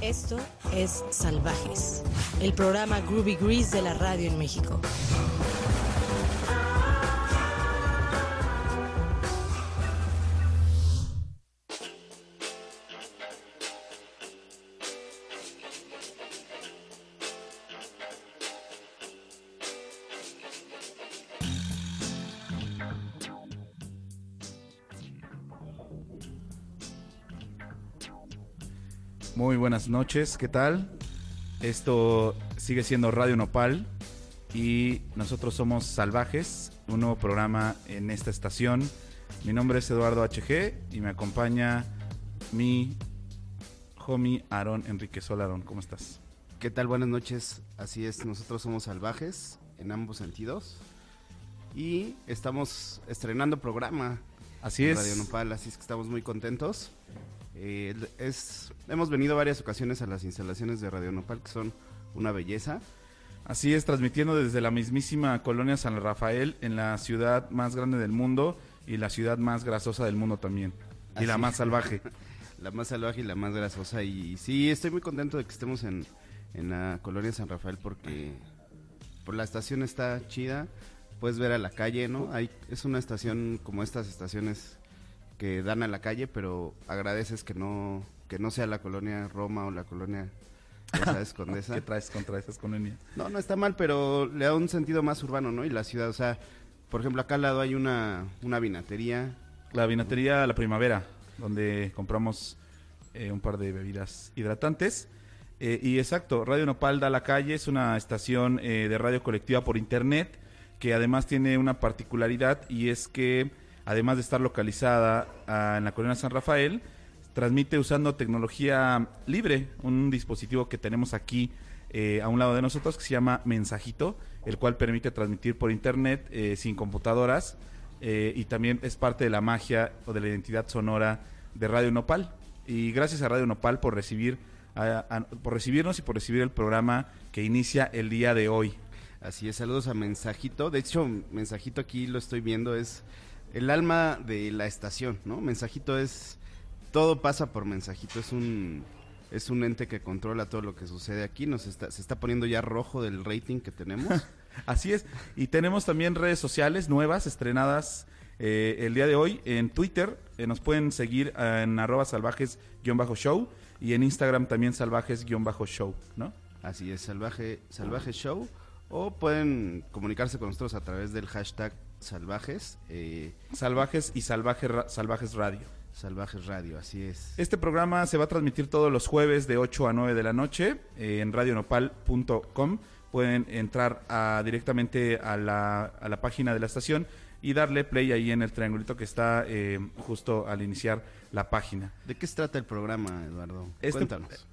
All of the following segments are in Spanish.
Esto es Salvajes, el programa Groovy Grease de la radio en México. Muy buenas noches, ¿qué tal? Esto sigue siendo Radio Nopal y nosotros somos Salvajes, un nuevo programa en esta estación. Mi nombre es Eduardo HG y me acompaña mi homie Aarón Enrique Solarón. ¿Cómo estás? ¿Qué tal? Buenas noches. Así es, nosotros somos Salvajes en ambos sentidos y estamos estrenando programa. Así es. Radio Nopal, así es que estamos muy contentos. Hemos venido varias ocasiones a las instalaciones de Radio Nopal, que son una belleza. Así es, transmitiendo desde la mismísima colonia San Rafael, en la ciudad más grande del mundo y la ciudad más grasosa del mundo también. Y así, la más salvaje. La más salvaje y la más grasosa. Y sí, estoy muy contento de que estemos en la colonia San Rafael porque la estación está chida. Puedes ver a la calle, ¿no? Es una estación como estas estaciones que dan a la calle, pero agradeces que no sea la colonia Roma o la colonia, ¿sabes? Condesa. ¿Qué traes contra esas colonias? No está mal, pero le da un sentido más urbano, ¿no? Y la ciudad, o sea, por ejemplo, acá al lado hay una vinatería. La vinatería La Primavera, donde compramos un par de bebidas hidratantes. Y exacto, Radio Nopal da a la calle, es una estación de radio colectiva por internet, que además tiene una particularidad, y es que además de estar localizada en la colonia San Rafael, transmite usando tecnología libre, un dispositivo que tenemos aquí a un lado de nosotros que se llama Mensajito, el cual permite transmitir por internet sin computadoras, y también es parte de la magia o de la identidad sonora de Radio Nopal. Y gracias a Radio Nopal por recibirnos y por recibir el programa que inicia el día de hoy. Así es, saludos a Mensajito. De hecho, Mensajito aquí lo estoy viendo, es el alma de la estación, ¿no? Mensajito todo pasa por Mensajito, es un ente que controla todo lo que sucede aquí. Se está poniendo ya rojo del rating que tenemos. Así es, y tenemos también redes sociales nuevas, estrenadas el día de hoy. En Twitter nos pueden seguir en @salvajes_show y en Instagram también salvajes_show, ¿no? Así es, Salvaje Show, o pueden comunicarse con nosotros a través del hashtag Salvajes. Salvajes y Salvajes Radio. Salvajes Radio, así es. Este programa se va a transmitir todos los jueves de 8 a 9 de la noche en radionopal.com. Pueden entrar directamente a la página de la estación y darle play ahí en el triangulito que está justo al iniciar la página. ¿De qué se trata el programa, Eduardo? Cuéntanos.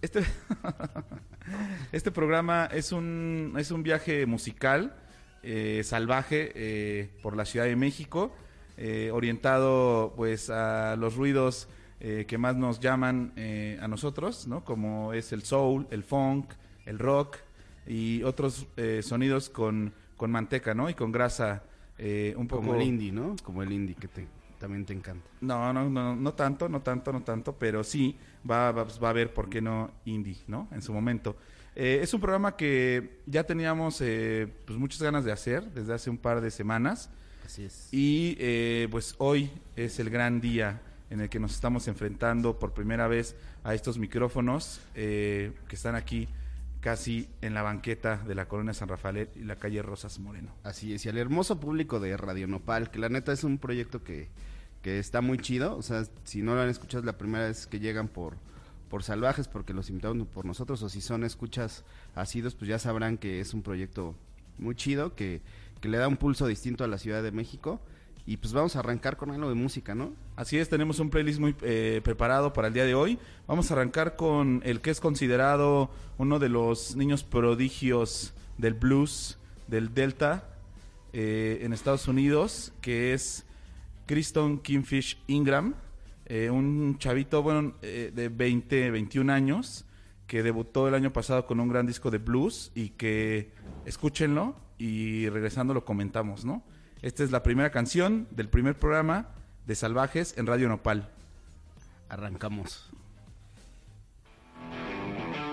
Este programa es un viaje musical salvaje por la Ciudad de México, orientado pues a los ruidos que más nos llaman a nosotros, ¿no? Como es el soul, el funk, el rock y otros sonidos con manteca, ¿no? Y con grasa un poco. Como el indie, ¿no? Como el indie que también te encanta. No tanto, pero sí va a haber, ¿por qué no? Indie, ¿no? En su momento. Es un programa que ya teníamos pues muchas ganas de hacer desde hace un par de semanas. Así es. Y pues hoy es el gran día en el que nos estamos enfrentando por primera vez a estos micrófonos que están aquí casi en la banqueta de la colonia San Rafael y la calle Rosas Moreno. Así es, y al hermoso público de Radio Nopal, que la neta es un proyecto que está muy chido. O sea, si no lo han escuchado, es la primera vez que llegan por Salvajes, porque los invitaron por nosotros, o si son escuchas asiduos, pues ya sabrán que es un proyecto muy chido, que le da un pulso distinto a la Ciudad de México. Y pues vamos a arrancar con algo de música, ¿no? Así es, tenemos un playlist muy preparado para el día de hoy. Vamos a arrancar con el que es considerado uno de los niños prodigios del blues del Delta en Estados Unidos, que es Criston Kingfish Ingram, un chavito de 21 años, que debutó el año pasado con un gran disco de blues, y que escúchenlo y regresando lo comentamos, ¿no? Esta es la primera canción del primer programa de Salvajes en Radio Nopal. Arrancamos.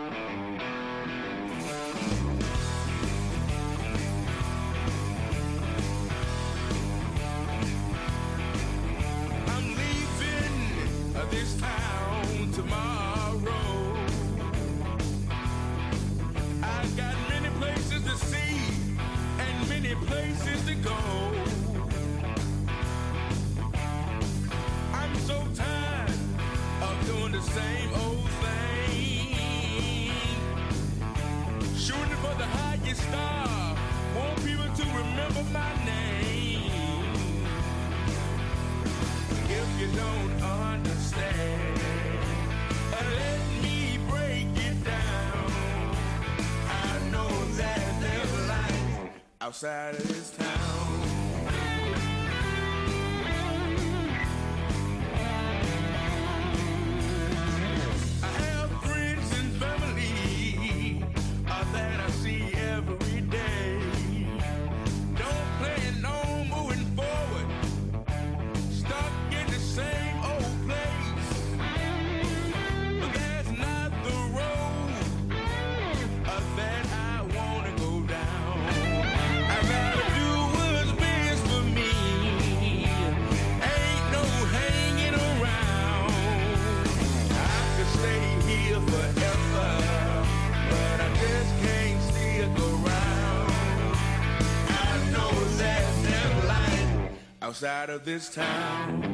same old thing. Shooting for the highest star. Want people to remember my name. If you don't understand, let me break it down. I know that there's life outside of this town. Outside of this town.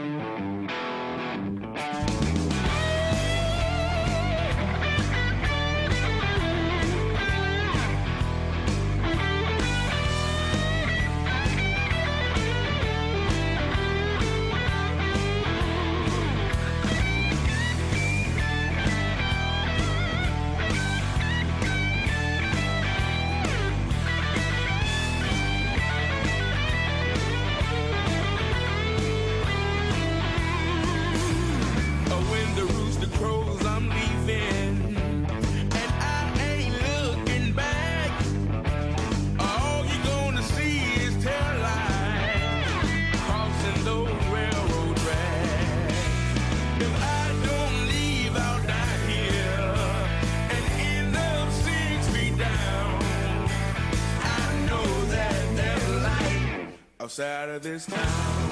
Outside of this town,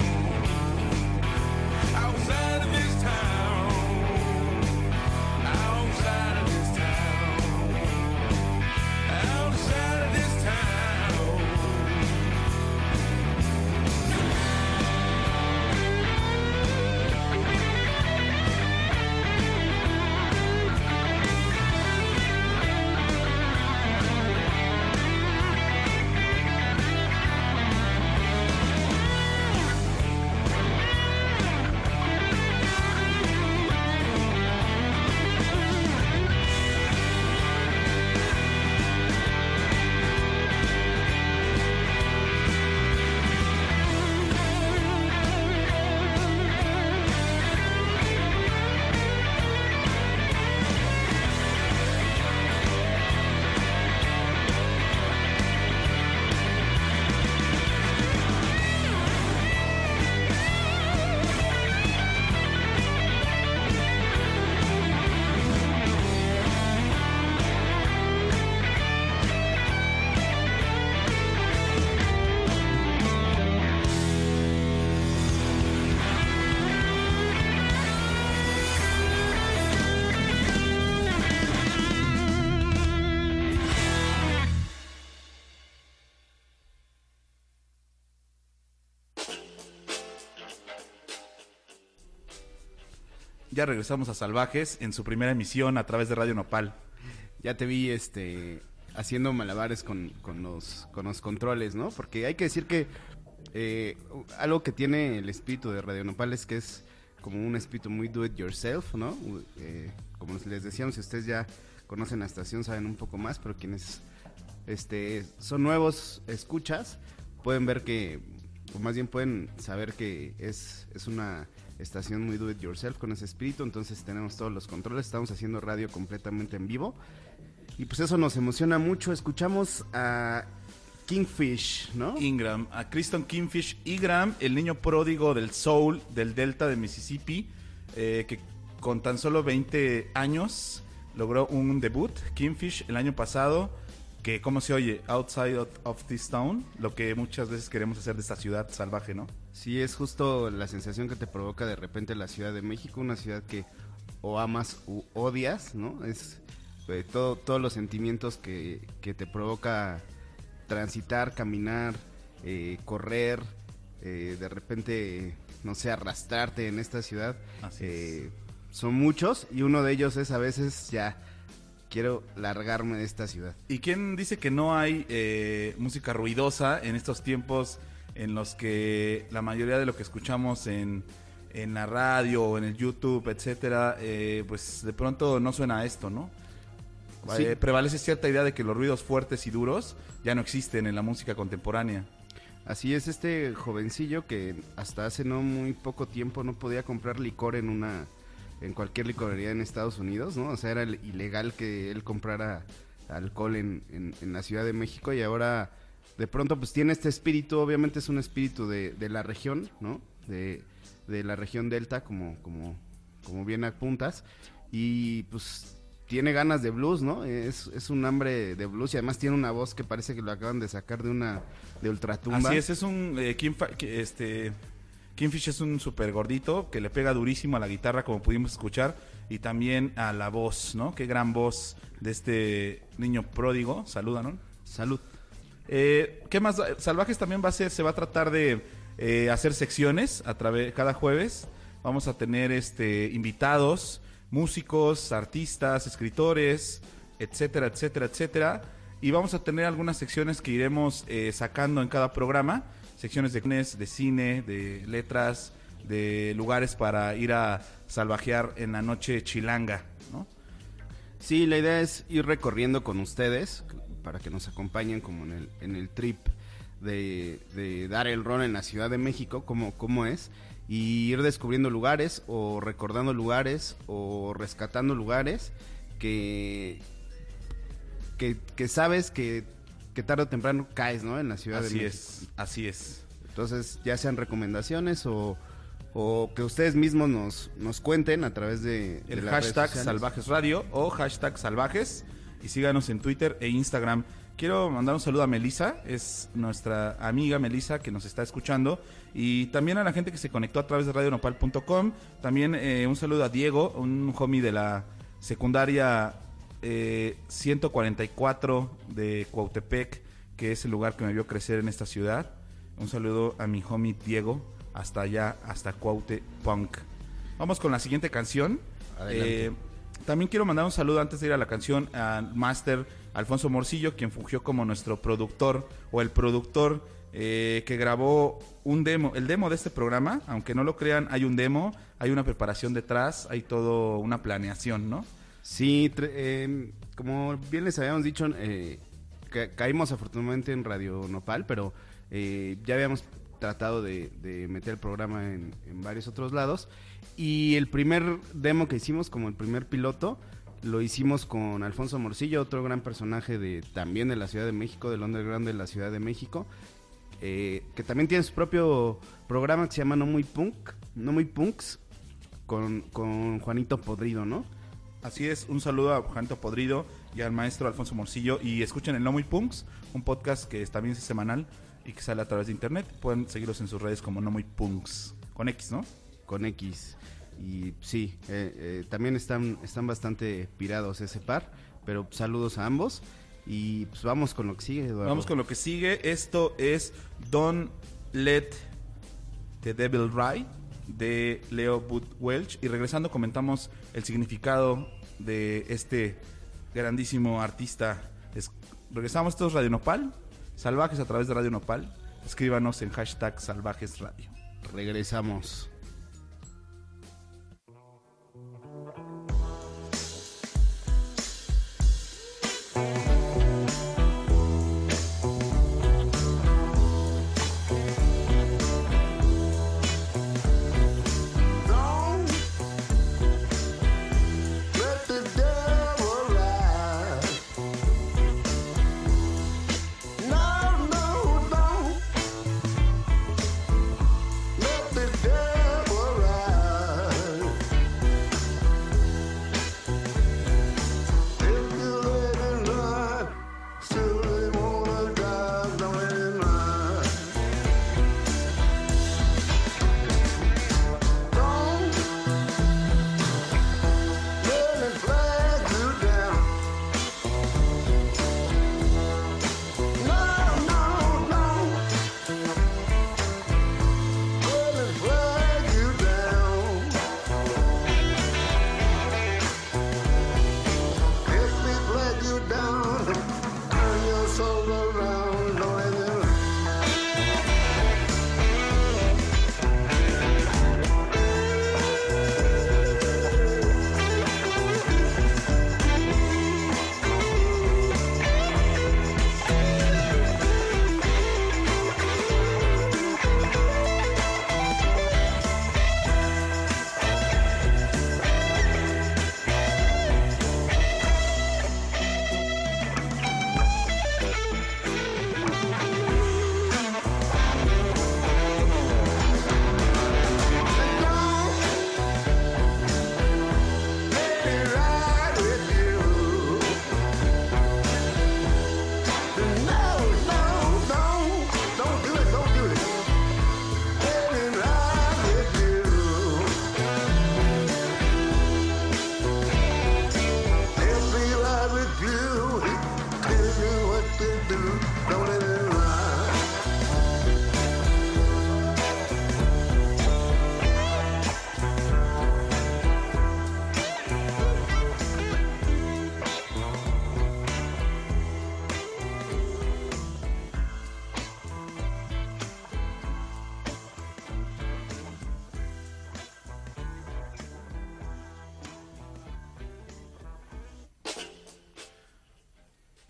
outside of this town, outside of this town, outside of this town. Ya regresamos a Salvajes en su primera emisión a través de Radio Nopal. Ya te vi haciendo malabares con los controles, ¿no? Porque hay que decir que algo que tiene el espíritu de Radio Nopal es que es como un espíritu muy do it yourself, ¿no? Como les decíamos, si ustedes ya conocen la estación saben un poco más, pero quienes son nuevos escuchas pueden ver que, o más bien pueden saber que es una estación muy do it yourself con ese espíritu. Entonces tenemos todos los controles, estamos haciendo radio completamente en vivo y pues eso nos emociona mucho. Escuchamos a Kingfish, ¿no? Ingram, a Kristen Kingfish Ingram, el niño pródigo del soul del delta de Mississippi, que con tan solo 20 años logró un debut, Kingfish, el año pasado, que ¿cómo se oye? Outside of this town, lo que muchas veces queremos hacer de esta ciudad salvaje, ¿no? Sí, es justo la sensación que te provoca de repente la Ciudad de México, una ciudad que o amas u odias, ¿no? Es todos los sentimientos que te provoca transitar, caminar, correr, de repente, no sé, arrastrarte en esta ciudad. son muchos y uno de ellos es a veces ya quiero largarme de esta ciudad. ¿Y quién dice que no hay música ruidosa en estos tiempos en los que la mayoría de lo que escuchamos en la radio o en el YouTube, etcétera, pues de pronto no suena a esto, ¿no? Sí. Prevalece cierta idea de que los ruidos fuertes y duros ya no existen en la música contemporánea. Así es, este jovencillo que hasta hace no muy poco tiempo no podía comprar licor en cualquier licorería en Estados Unidos, ¿no? O sea, era ilegal que él comprara alcohol en la Ciudad de México, y ahora de pronto pues tiene este espíritu. Obviamente es un espíritu de la región, ¿no? De la región Delta, como bien apuntas, y pues tiene ganas de blues, ¿no? Es un hambre de blues, y además tiene una voz que parece que lo acaban de sacar de ultratumba. Así es un Kingfish es un súper gordito que le pega durísimo a la guitarra, como pudimos escuchar, y también a la voz, ¿no? Qué gran voz de este niño pródigo. Saluda, ¿no? Salud. ¿Qué más? Salvajes también se va a tratar de hacer secciones cada jueves. Vamos a tener invitados, músicos, artistas, escritores, etcétera, etcétera, etcétera. Y vamos a tener algunas secciones que iremos sacando en cada programa. Secciones de cine, de letras, de lugares para ir a salvajear en la noche chilanga, ¿no? Sí, la idea es ir recorriendo con ustedes para que nos acompañen como en el trip de dar el rol en la Ciudad de México, como es, y ir descubriendo lugares o recordando lugares o rescatando lugares que sabes que tarde o temprano caes, ¿no? En la Ciudad de México. Así es. Entonces, ya sean recomendaciones o que ustedes mismos nos cuenten a través de el las hashtag redes sociales. Salvajes Radio o hashtag Salvajes, y síganos en Twitter e Instagram. Quiero mandar un saludo a Melissa, es nuestra amiga Melissa que nos está escuchando, y también a la gente que se conectó a través de radionopal.com. También un saludo a Diego, un homie de la secundaria 144 de Cuautepec, que es el lugar que me vio crecer en esta ciudad. Un saludo a mi homie Diego, hasta allá, hasta Cuautepunk. Vamos con la siguiente canción. Adelante. También quiero mandar un saludo antes de ir a la canción al máster Alfonso Morcillo, quien fungió como nuestro productor o el productor que grabó el demo de este programa. Aunque no lo crean, hay un demo, hay una preparación detrás, hay todo una planeación, ¿no? Sí, como bien les habíamos dicho, caímos afortunadamente en Radio Nopal, pero ya habíamos tratado de meter el programa en varios otros lados, y el primer demo que hicimos, como el primer piloto, lo hicimos con Alfonso Morcillo, otro gran personaje también de la Ciudad de México, del underground de la Ciudad de México, que también tiene su propio programa que se llama No Muy Punks, con Juanito Podrido, ¿no? Así es, un saludo a Juanito Podrido y al maestro Alfonso Morcillo, y escuchen el No Muy Punks, un podcast que también es semanal y que sale a través de internet. Pueden seguirlos en sus redes como No Muy Punks, con X, ¿no? Con X. Y sí, también están bastante pirados ese par, pero saludos a ambos. Y pues vamos con lo que sigue, Eduardo. Vamos con lo que sigue. Esto es Don't Let the Devil Ride, de Leo Booth Welch, y regresando comentamos el significado de este grandísimo artista. Regresamos, esto es Radio Nopal, Salvajes a través de Radio Nopal. Escríbanos en hashtag Salvajes Radio. Regresamos. Let the devil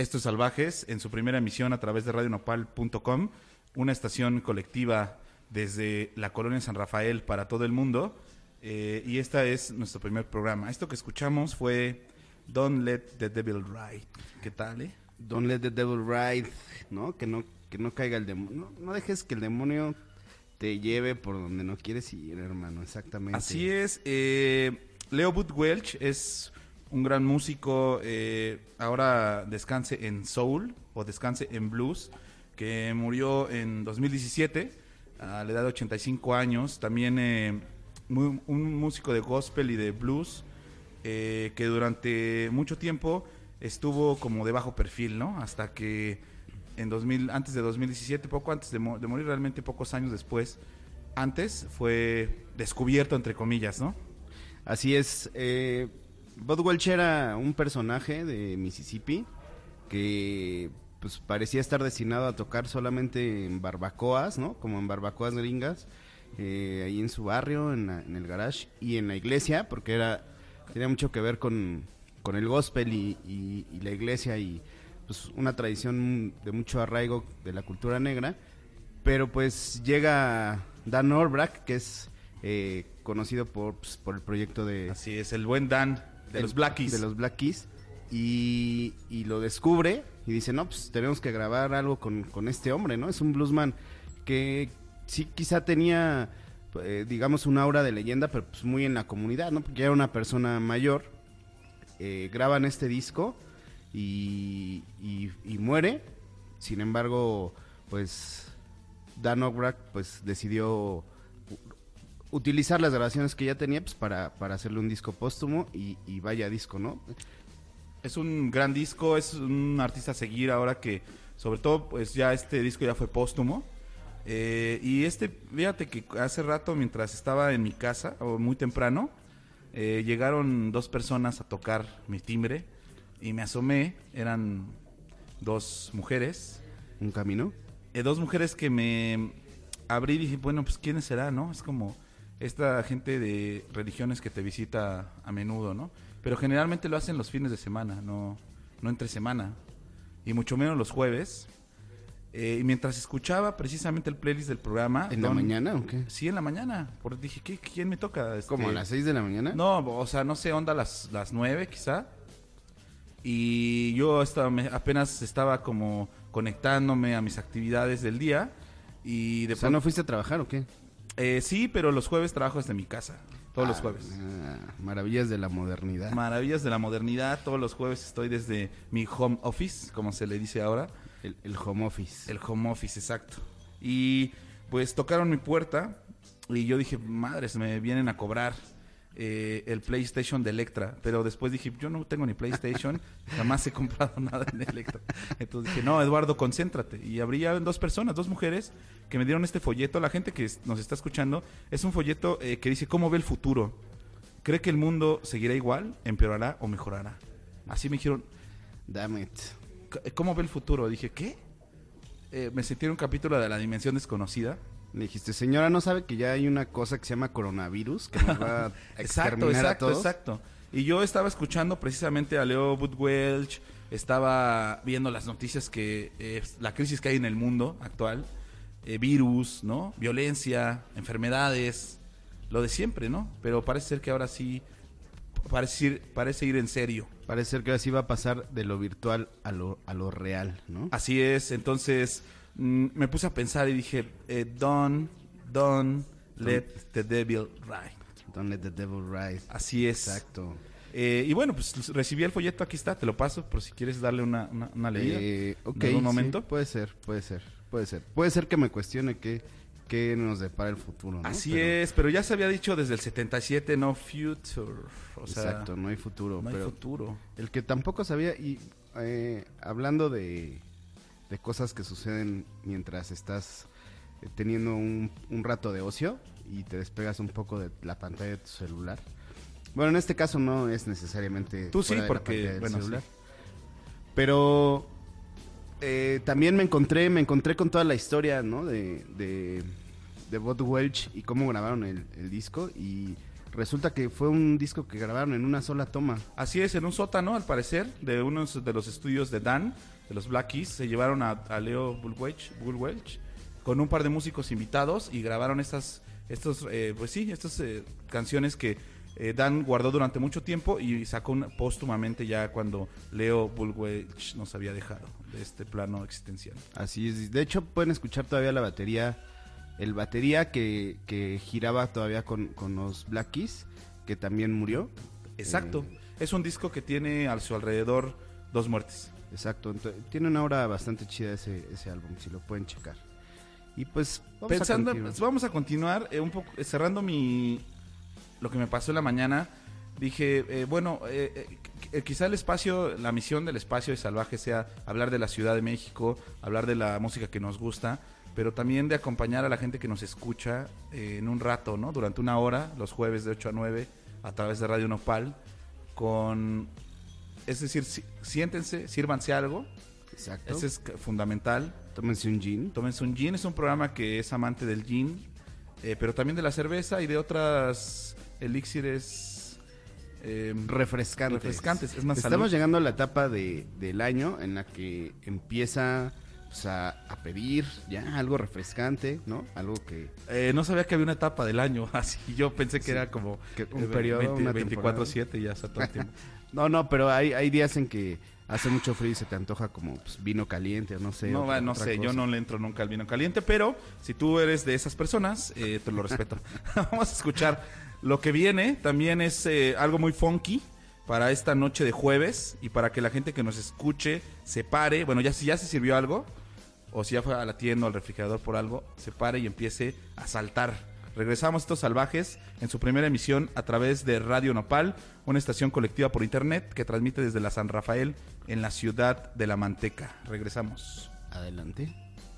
Estos Salvajes en su primera emisión a través de radionopal.com, una estación colectiva desde la colonia San Rafael para todo el mundo. Y esta es nuestro primer programa. Esto que escuchamos fue Don't Let the Devil Ride. ¿Qué tal, Don't let the devil ride, ¿no? Que no caiga el demonio. No dejes que el demonio te lleve por donde no quieres ir, hermano, exactamente. Así es. Leo Booth Welch es un gran músico. Ahora descanse en soul o descanse en blues, que murió en 2017 a la edad de 85 años. También un músico de gospel y de blues que durante mucho tiempo estuvo como de bajo perfil, ¿no? Hasta que antes de 2017, poco antes de morir, realmente pocos años después, fue descubierto, entre comillas, ¿no? Así es. Bud Welch era un personaje de Mississippi que pues parecía estar destinado a tocar solamente en barbacoas, ¿no? Como en barbacoas gringas, ahí en su barrio, en el garage y en la iglesia, porque tenía mucho que ver con el gospel y la iglesia y pues una tradición de mucho arraigo de la cultura negra. Pero pues llega Dan Auerbach, que es conocido por el proyecto de... Así es, el buen Dan de los Black Keys. De los Black Keys. Y lo descubre y dice, no, pues tenemos que grabar algo con este hombre, ¿no? Es un bluesman que sí quizá tenía, digamos, un aura de leyenda, pero pues muy en la comunidad, ¿no? Porque era una persona mayor. Graban este disco y muere. Sin embargo, pues Dan Auerbach pues decidió utilizar las grabaciones que ya tenía pues para hacerle un disco póstumo y vaya disco, ¿no? Es un gran disco, es un artista a seguir ahora que, sobre todo, pues ya este disco ya fue póstumo. Y fíjate que hace rato, mientras estaba en mi casa, o muy temprano, llegaron 2 personas a tocar mi timbre y me asomé. Eran 2 mujeres. ¿Un camino? 2 mujeres que me abrí y dije, bueno, pues ¿quiénes será, no? Es como esta gente de religiones que te visita a menudo, ¿no? Pero generalmente lo hacen los fines de semana, no entre semana, y mucho menos los jueves. Y mientras escuchaba precisamente el playlist del programa... ¿En la mañana o qué? Sí, en la mañana, porque dije, ¿quién me toca? ¿Como a las 6 de la mañana? No, o sea, no sé, onda las 9 quizá. Y yo apenas estaba como conectándome a mis actividades del día. Y de ¿no fuiste a trabajar o qué? Sí, pero los jueves trabajo desde mi casa. Todos los jueves. Maravillas de la modernidad. Maravillas de la modernidad. Todos los jueves estoy desde mi home office, como se le dice ahora. El home office. El home office, exacto. Y pues tocaron mi puerta y yo dije, madres, me vienen a cobrar el PlayStation de Electra. Pero después dije, yo no tengo ni PlayStation, jamás he comprado nada en Electra. Entonces dije, no, Eduardo, concéntrate. Y habría 2 personas, 2 mujeres que me dieron este folleto. La gente que nos está escuchando, es un folleto que dice, ¿cómo ve el futuro? ¿Cree que el mundo seguirá igual, empeorará o mejorará? Así me dijeron. Damn it. ¿Cómo ve el futuro? Dije, ¿qué? Me sentí en un capítulo de La Dimensión Desconocida. Le dijiste, señora, ¿no sabe que ya hay una cosa que se llama coronavirus que nos va a exterminar a todos? Exacto. Y yo estaba escuchando precisamente a Leo Booth Welch, estaba viendo las noticias que la crisis que hay en el mundo actual, virus, ¿no? Violencia, enfermedades, lo de siempre, ¿no? Pero parece ser que ahora sí parece ir en serio. Parece ser que ahora sí va a pasar de lo virtual a lo real, ¿no? Así es, entonces me puse a pensar y dije, don't let the devil ride. Don't let the devil ride. Así es. Exacto. Y bueno, pues recibí el folleto, aquí está, te lo paso por si quieres darle una leída. Ok, en algún momento. Sí, puede ser. Puede ser que me cuestione qué nos depara el futuro, ¿no? Así es, pero ya se había dicho desde el 77, no future. O sea, exacto, no hay futuro. No hay pero futuro. El que tampoco sabía, y hablando de cosas que suceden mientras estás teniendo un rato de ocio y te despegas un poco de la pantalla de tu celular. Bueno, en este caso no es necesariamente tú sí, fuera de la porque pantalla del bueno, celular. sí. Pero también me encontré con toda la historia, ¿no? de Bud Welch y cómo grabaron el disco, y resulta que fue un disco que grabaron en una sola toma. Así es, en un sótano, al parecer, de uno de los estudios de Dan, de los Black Keys, se llevaron a Leo Bullwelch con un par de músicos invitados y grabaron estas canciones que Dan guardó durante mucho tiempo y sacó póstumamente ya cuando Leo Bullwelch nos había dejado de este plano existencial. Así es, de hecho pueden escuchar todavía la batería, el batería que giraba todavía con los Black Keys, que también murió. Exacto, es un disco que tiene a su alrededor 2 muertes. Exacto, entonces, tiene una obra bastante chida ese álbum, si lo pueden checar. Y pues vamos a continuar un poco cerrando lo que me pasó en la mañana. Dije, quizá el espacio, la misión del Espacio de Salvaje sea hablar de la Ciudad de México, hablar de la música que nos gusta, pero también de acompañar a la gente que nos escucha en un rato, ¿no? Durante una hora, los jueves de 8 a 9, a través de Radio Nopal, es decir, siéntense, sírvanse algo. Exacto. Eso es fundamental. Tómense un gin. Es un programa que es amante del gin, pero también de la cerveza y de otras elixires refrescantes. Es más, estamos salud. llegando a la etapa del año en la que empieza a pedir ya algo refrescante, ¿no? Algo que... no sabía que había una etapa del año así. Yo pensé que era como un periodo, 24/7 ya está todo el tiempo. No, pero hay días en que hace mucho frío y se te antoja como vino caliente, no sé. No sé, yo no le entro nunca al vino caliente, pero si tú eres de esas personas, te lo respeto. Vamos a escuchar lo que viene. También es algo muy funky para esta noche de jueves y para que la gente que nos escuche se pare. Bueno, si ya se sirvió algo o si ya fue a la tienda o al refrigerador por algo, se pare y empiece a saltar. Regresamos a Estos Salvajes en su primera emisión a través de Radio Nopal, una estación colectiva por internet que transmite desde la San Rafael en la ciudad de La Manteca. Regresamos. Adelante.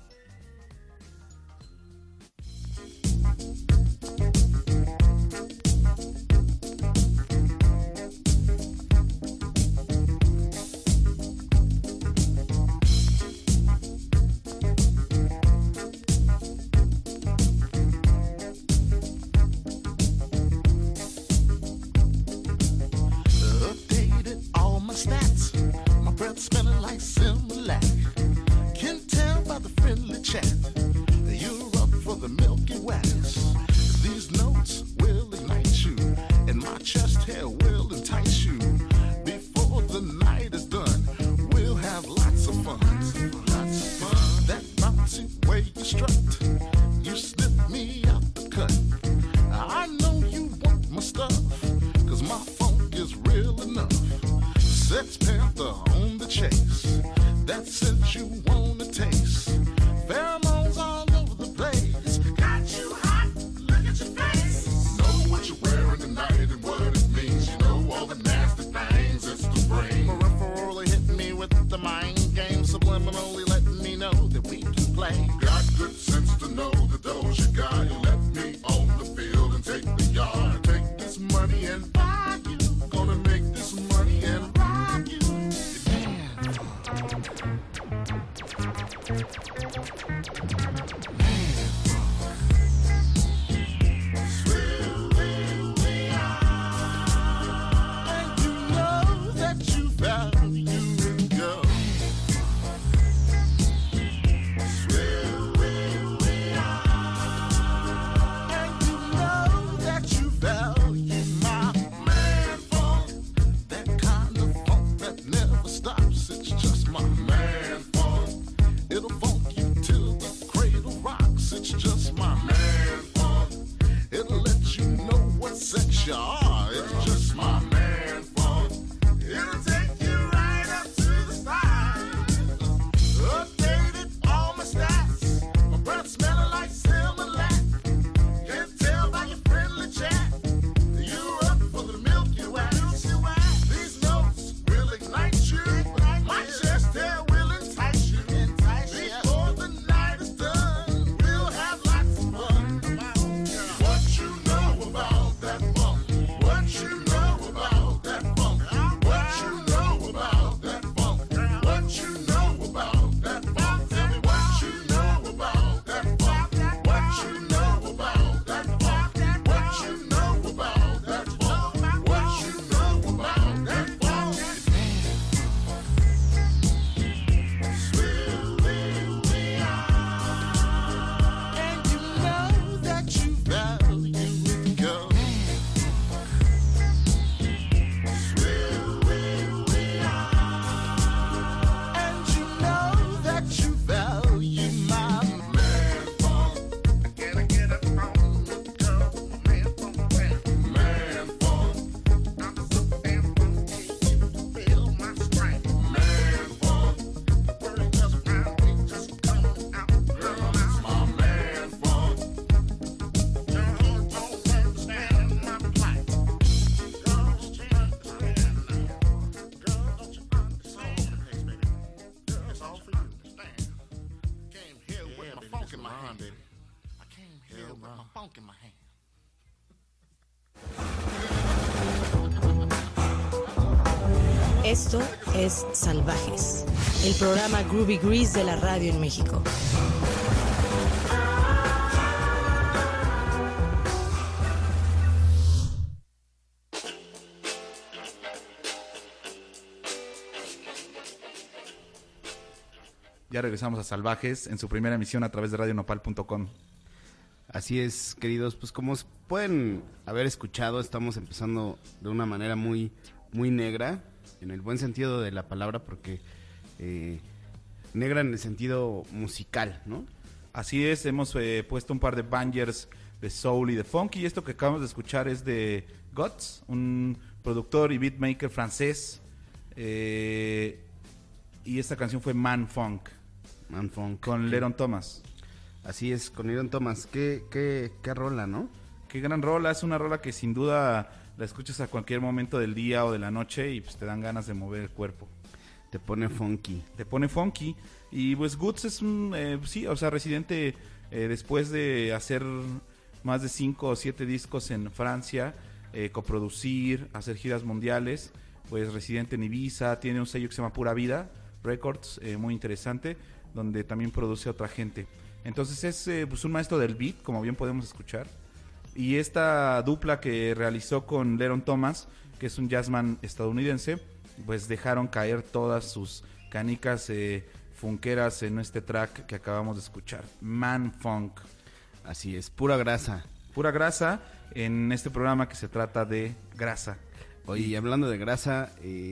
Smelling like Similac. Can tell by the friendly chat that you're up for the Milky Wax. These notes will ignite you, and my chest hair will entice you. Before the night is done, we'll have lots of fun. Lots of fun. That bouncy way you strut, you slip me out the cut. I know you want my stuff, 'cause my funk is real enough. Sex Panther on the chase, that scent you wanna taste. Pheromones all over the place, got you hot, look at your face. Know what you're wearing tonight and what it means. You know all the nasty things it's the brain. Peripherally hit me with the mind game, subliminally letting me know that we can play. Got good sense to know that those you got. You let me on the field and take the yard. Take this money and buy you. Gonna make this money and rock you. Yeah. Esto es Salvajes, el programa Groovy Grease de la radio en México. Ya regresamos a Salvajes en su primera emisión a través de radionopal.com. Así es, queridos, pues como pueden haber escuchado, estamos empezando de una manera muy, muy negra, en el buen sentido de la palabra, porque negra en el sentido musical, ¿no? Así es, hemos puesto un par de bangers de soul y de funk, y esto que acabamos de escuchar es de Guts, un productor y beatmaker francés, y esta canción fue Man Funk, con Leron Thomas. Así es, con Leron Thomas. Qué rola, ¿no? Qué gran rola, es una rola que sin duda la escuchas a cualquier momento del día o de la noche y pues te dan ganas de mover el cuerpo. Te pone funky. Te pone funky. Y pues Guts es un, sí, o sea, residente después de hacer más de 5 o 7 discos en Francia, coproducir, hacer giras mundiales, pues residente en Ibiza, tiene un sello que se llama Pura Vida Records, muy interesante, donde también produce a otra gente. Entonces es pues un maestro del beat, como bien podemos escuchar. Y esta dupla que realizó con Leron Thomas, que es un jazzman estadounidense, pues dejaron caer todas sus canicas funkeras en este track que acabamos de escuchar, Man Funk. Así es, pura grasa. Pura grasa en este programa que se trata de grasa. Oye, y hablando de grasa,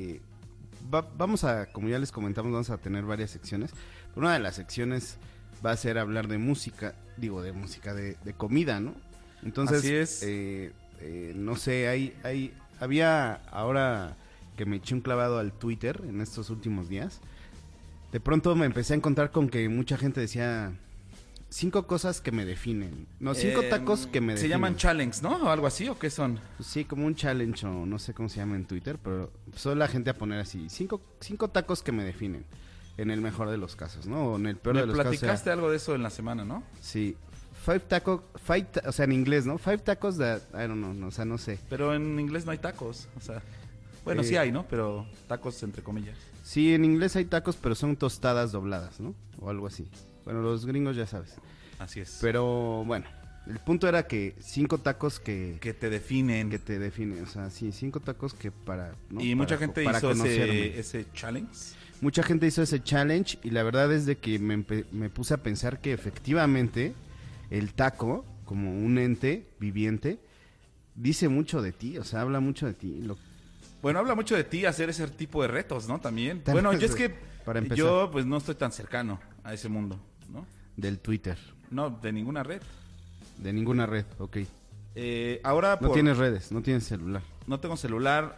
vamos a, como ya les comentamos, vamos a tener varias secciones. Una de las secciones va a ser hablar de música, de comida, ¿no? Entonces, así es. No sé, había, ahora que me eché un clavado al Twitter en estos últimos días, de pronto me empecé a encontrar con que mucha gente decía 5 cosas que me definen. No, 5 tacos que me definen. Se llaman challenges, ¿no? O algo así, ¿o qué son? Pues sí, como un challenge o no sé cómo se llama en Twitter, pero empezó la gente a poner así, 5 tacos que me definen. En el mejor de los casos, ¿no? O en el peor de los casos. Me platicaste algo de eso en la semana, ¿no? Sí. 5 tacos, o sea, en inglés, ¿no? 5 tacos that, I don't know, o sea, no sé. Pero en inglés no hay tacos, o sea, bueno, sí hay, ¿no? Pero tacos entre comillas. Sí, en inglés hay tacos, pero son tostadas dobladas, ¿no? O algo así. Bueno, los gringos ya sabes. Así es. Pero, bueno, el punto era que 5 tacos que te definen. Que te definen, o sea, sí, 5 tacos que para, ¿no? Y mucha gente para hizo conocerme. ese challenge. Mucha gente hizo ese challenge y la verdad es de que me puse a pensar que efectivamente el taco, como un ente viviente, dice mucho de ti, o sea, habla mucho de ti. Bueno, habla mucho de ti hacer ese tipo de retos, ¿no? También. Bueno, yo es que para empezar, yo pues no estoy tan cercano a ese mundo, ¿no? Del Twitter. No, de ninguna red. De ninguna red, ok. Ahora no tienes redes, no tienes celular. No tengo celular,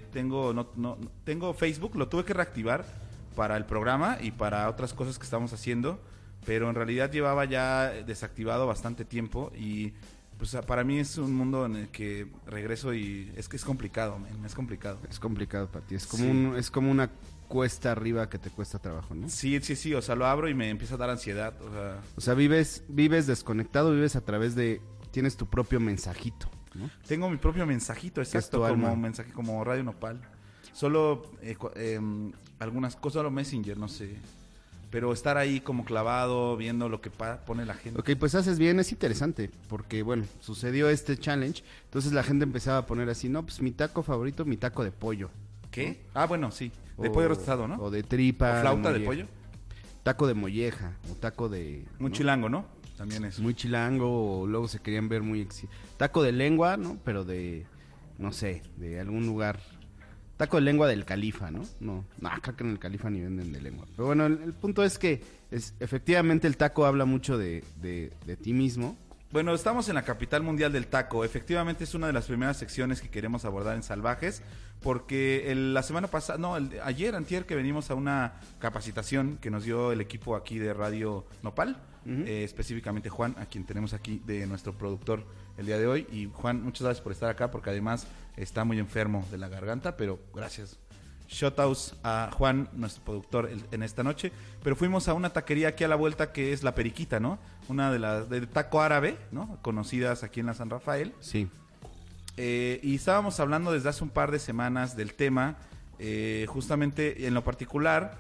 tengo Facebook, lo tuve que reactivar para el programa y para otras cosas que estamos haciendo, pero en realidad llevaba ya desactivado bastante tiempo y pues para mí es un mundo en el que regreso y es que es complicado, es complicado. Es complicado para ti, es como sí. Es como una cuesta arriba que te cuesta trabajo, ¿no? Sí, o sea, lo abro y me empieza a dar ansiedad, o sea, vives desconectado, vives a través de, tienes tu propio mensajito, ¿no? Tengo mi propio mensajito, exacto, como mensaje, como Radio Nopal. Solo algunas cosas, solo Messenger, no sé. Pero estar ahí como clavado, viendo lo que pone la gente. Ok, pues haces bien, es interesante, porque bueno, sucedió este challenge, entonces la gente empezaba a poner así, no, pues mi taco favorito, mi taco de pollo. ¿Qué? Ah, bueno, sí, de pollo rostizado, ¿no? O de tripa. ¿O flauta de pollo? Taco de molleja, o taco de... Muy chilango, ¿no? También es. Muy chilango, o luego se querían ver muy... Taco de lengua, ¿no? Pero de, no sé, de algún lugar... Taco de lengua del Califa, ¿no? No, creo que en el Califa ni venden de lengua. Pero bueno, el punto es que efectivamente el taco habla mucho de ti mismo. Bueno, estamos en la capital mundial del taco. Efectivamente es una de las primeras secciones que queremos abordar en Salvajes, porque la semana pasada, antier que venimos a una capacitación que nos dio el equipo aquí de Radio Nopal, específicamente Juan, a quien tenemos aquí de nuestro productor el día de hoy. Y Juan, muchas gracias por estar acá, porque además está muy enfermo de la garganta, pero gracias. Shoutouts a Juan, nuestro productor, en esta noche. Pero fuimos a una taquería aquí a la vuelta que es La Periquita, ¿no? Una de las de taco árabe, ¿no? Conocidas aquí en la San Rafael. Sí. Y estábamos hablando desde hace un par de semanas del tema Justamente en lo particular,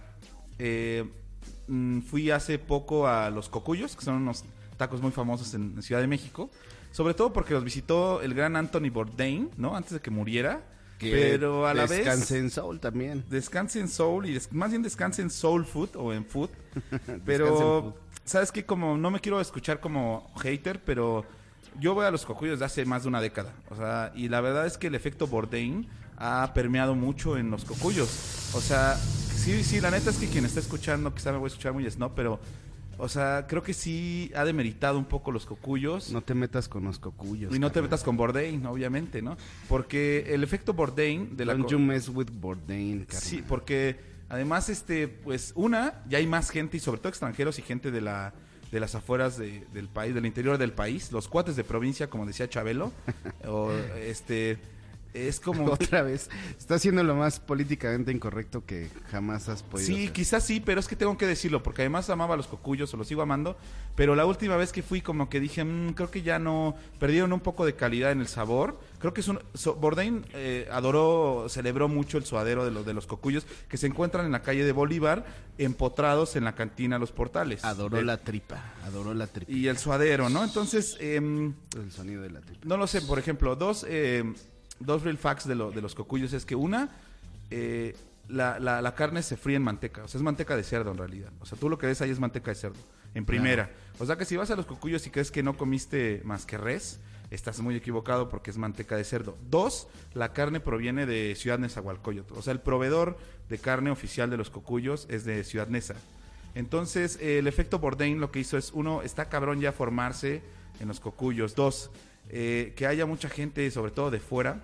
fui hace poco a Los Cocuyos, que son unos tacos muy famosos en Ciudad de México, sobre todo porque los visitó el gran Anthony Bourdain, ¿no? Antes de que muriera. Pero a la vez... Descanse en Soul también. Descanse en Soul y más bien descanse en Soul Food o en Food. Descanse Pero, en food. ¿sabes qué? Como no me quiero escuchar como hater, pero yo voy a Los Cocuyos desde hace más de una década. O sea, y la verdad es que el efecto Bourdain ha permeado mucho en Los Cocuyos. O sea, sí, la neta es que quien está escuchando, quizá me voy a escuchar muy snob, pero... O sea, creo que sí ha demeritado un poco Los Cocuyos. No te metas con Los Cocuyos. Y no te carnal. metas con Bourdain, obviamente, ¿no? Porque el efecto Bourdain de la... Don't you mess with Bourdain, carnal. Sí, porque además, pues, ya hay más gente, y sobre todo extranjeros y gente de las afueras del país, del interior del país, los cuates de provincia, como decía Chabelo, o es como... Otra vez, está haciendo lo más políticamente incorrecto que jamás has podido Sí, hacer. quizás sí, pero es que tengo que decirlo, porque además amaba a Los Cocuyos, o los sigo amando, pero la última vez que fui como que dije, creo que ya no, perdieron un poco de calidad en el sabor. Creo que Bourdain celebró mucho el suadero de los Cocuyos, que se encuentran en la calle de Bolívar, empotrados en la cantina Los Portales. Adoró la tripa. Y el suadero, ¿no? Entonces, El sonido de la tripa. no lo sé, por ejemplo, dos real facts de los Cocuyos es que una, la carne se fríe en manteca, o sea, es manteca de cerdo en realidad. O sea, tú lo que ves ahí es manteca de cerdo, en primera. O sea que si vas a Los Cocuyos y crees que no comiste más que res, estás muy equivocado porque es manteca de cerdo. Dos, la carne proviene de Ciudad Nezahualcóyotl. O sea, el proveedor de carne oficial de Los Cocuyos es de Ciudad Neza. Entonces, el efecto Bourdain lo que hizo es, uno, está cabrón ya formarse en Los Cocuyos. Dos, que haya mucha gente, sobre todo de fuera,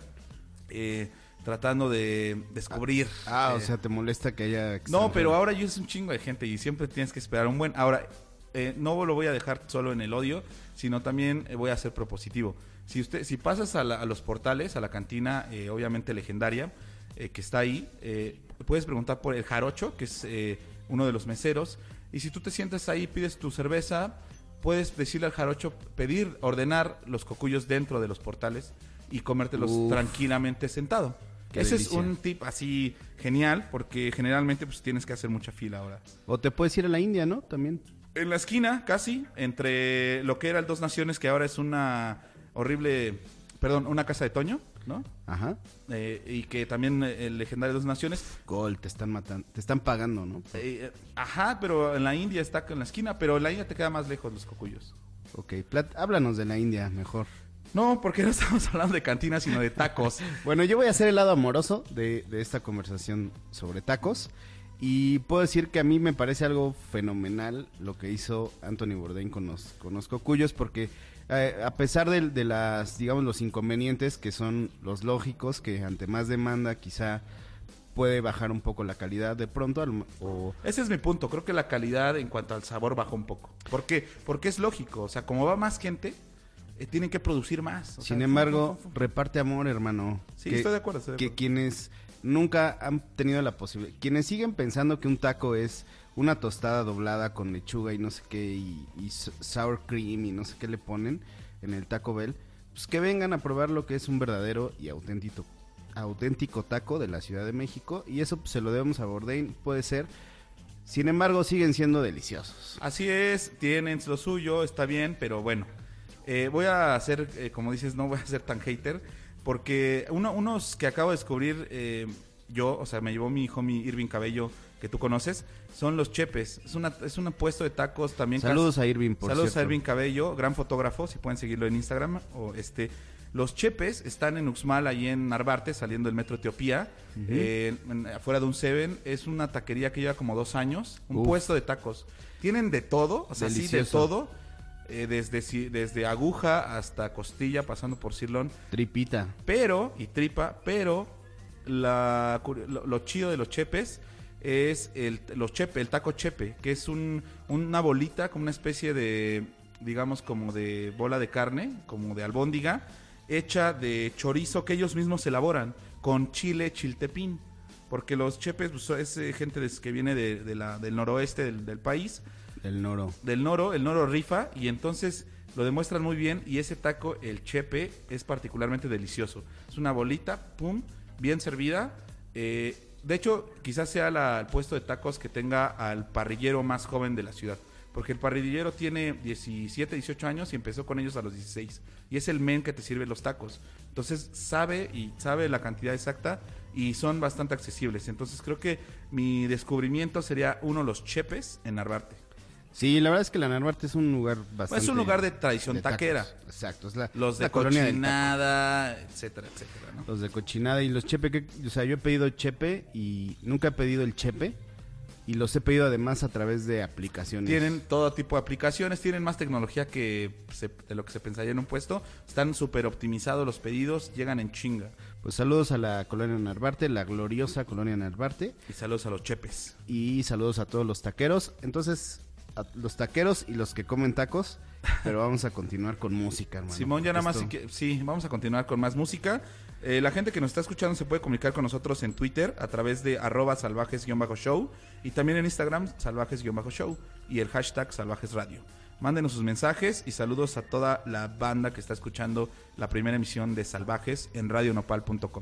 tratando de descubrir. O sea, ¿te molesta que haya No, extranjero? pero ahora yo es un chingo de gente y siempre tienes que esperar un buen... Ahora, no lo voy a dejar solo en el odio, sino también voy a ser propositivo. Si pasas a Los Portales, a la cantina, obviamente legendaria, que está ahí, puedes preguntar por el Jarocho, que es uno de los meseros, y si tú te sientas ahí, pides tu cerveza, puedes decirle al Jarocho, ordenar Los Cocuyos dentro de Los Portales y comértelos tranquilamente sentado. Qué Ese delicia. es un tip así genial, porque generalmente pues tienes que hacer mucha fila ahora. O te puedes ir a la India, ¿no? También. En la esquina, casi, entre lo que era el Dos Naciones, que ahora es una casa de Toño, ¿no? Ajá. Y que también el legendario Dos Naciones. Gol, te están matando, te están pagando, ¿no? Pero en la India está en la esquina, pero en la India te queda más lejos Los Cocuyos. Ok, háblanos de la India, mejor. No, porque no estamos hablando de cantinas, sino de tacos. Bueno, yo voy a hacer el lado amoroso de esta conversación sobre tacos. Y puedo decir que a mí me parece algo fenomenal lo que hizo Anthony Bourdain con los Cocuyos, porque a pesar de las, digamos, los inconvenientes que son los lógicos, que ante más demanda quizá puede bajar un poco la calidad de pronto, Ese es mi punto, creo que la calidad en cuanto al sabor bajó un poco. ¿Por qué? Porque es lógico, o sea, como va más gente, tienen que producir más. Sin embargo, reparte amor, hermano. Sí, estoy de acuerdo. Que quienes nunca han tenido la posibilidad, quienes siguen pensando que un taco es una tostada doblada con lechuga y no sé qué, y sour cream y no sé qué le ponen en el Taco Bell, pues que vengan a probar lo que es un verdadero y auténtico taco de la Ciudad de México, y eso pues, se lo debemos a Bourdain, puede ser. Sin embargo, siguen siendo deliciosos. Así es, tienen lo suyo, está bien, pero bueno. Voy a hacer, como dices, no voy a ser tan hater, porque unos que acabo de descubrir o sea, me llevó mi homie Irving Cabello, que tú conoces, son los Chepes. Es un puesto de tacos también. Saludos a Irving, por Saludos cierto. a Irving Cabello, gran fotógrafo, si pueden seguirlo en Instagram. Los Chepes están en Uxmal, ahí en Narvarte, saliendo del metro Etiopía, afuera de un Seven. Es una taquería que lleva como 2 años, un puesto de tacos. Tienen de todo, o sea, sí, de todo. Desde aguja hasta costilla, pasando por sirlón. Tripita. Pero lo chido de los Chepes es el taco chepe, que es una bolita, como una especie de, digamos, como de bola de carne, como de albóndiga, hecha de chorizo que ellos mismos elaboran, con chile chiltepín. Porque los Chepes pues, es gente que viene del noroeste del país. El noro. El noro rifa, y entonces lo demuestran muy bien, y ese taco, el chepe, es particularmente delicioso. Es una bolita, pum, bien servida, De hecho, quizás sea el puesto de tacos que tenga al parrillero más joven de la ciudad. Porque el parrillero tiene 17, 18 años y empezó con ellos a los 16. Y es el men que te sirve los tacos. Entonces sabe la cantidad exacta y son bastante accesibles. Entonces creo que mi descubrimiento sería los Chepes en Narvarte. Sí, la verdad es que la Narvarte es un lugar bastante... Es un lugar de tradición de tacos. taquera. Exacto. Es Los de la colonia del taco. cochinada, etcétera, etcétera, ¿no? Los de cochinada y los chepe, o sea, yo he pedido chepe y nunca he pedido el chepe y los he pedido además a través de aplicaciones. Tienen todo tipo de aplicaciones, tienen más tecnología de lo que se pensaría en un puesto. Están súper optimizados los pedidos, llegan en chinga. Pues saludos a la colonia Narvarte, la gloriosa colonia Narvarte. Y saludos a los Chepes. Y saludos a todos los taqueros. Entonces, a los taqueros y los que comen tacos. Pero vamos a continuar con música, hermano. Simón, ya nada más, sí, vamos a continuar con más música. La gente que nos está escuchando se puede comunicar con nosotros en Twitter a través de @salvajes_show y también en Instagram salvajes_show y el hashtag salvajesradio. Mándenos sus mensajes y saludos a toda la banda que está escuchando la primera emisión de Salvajes en radionopal.com.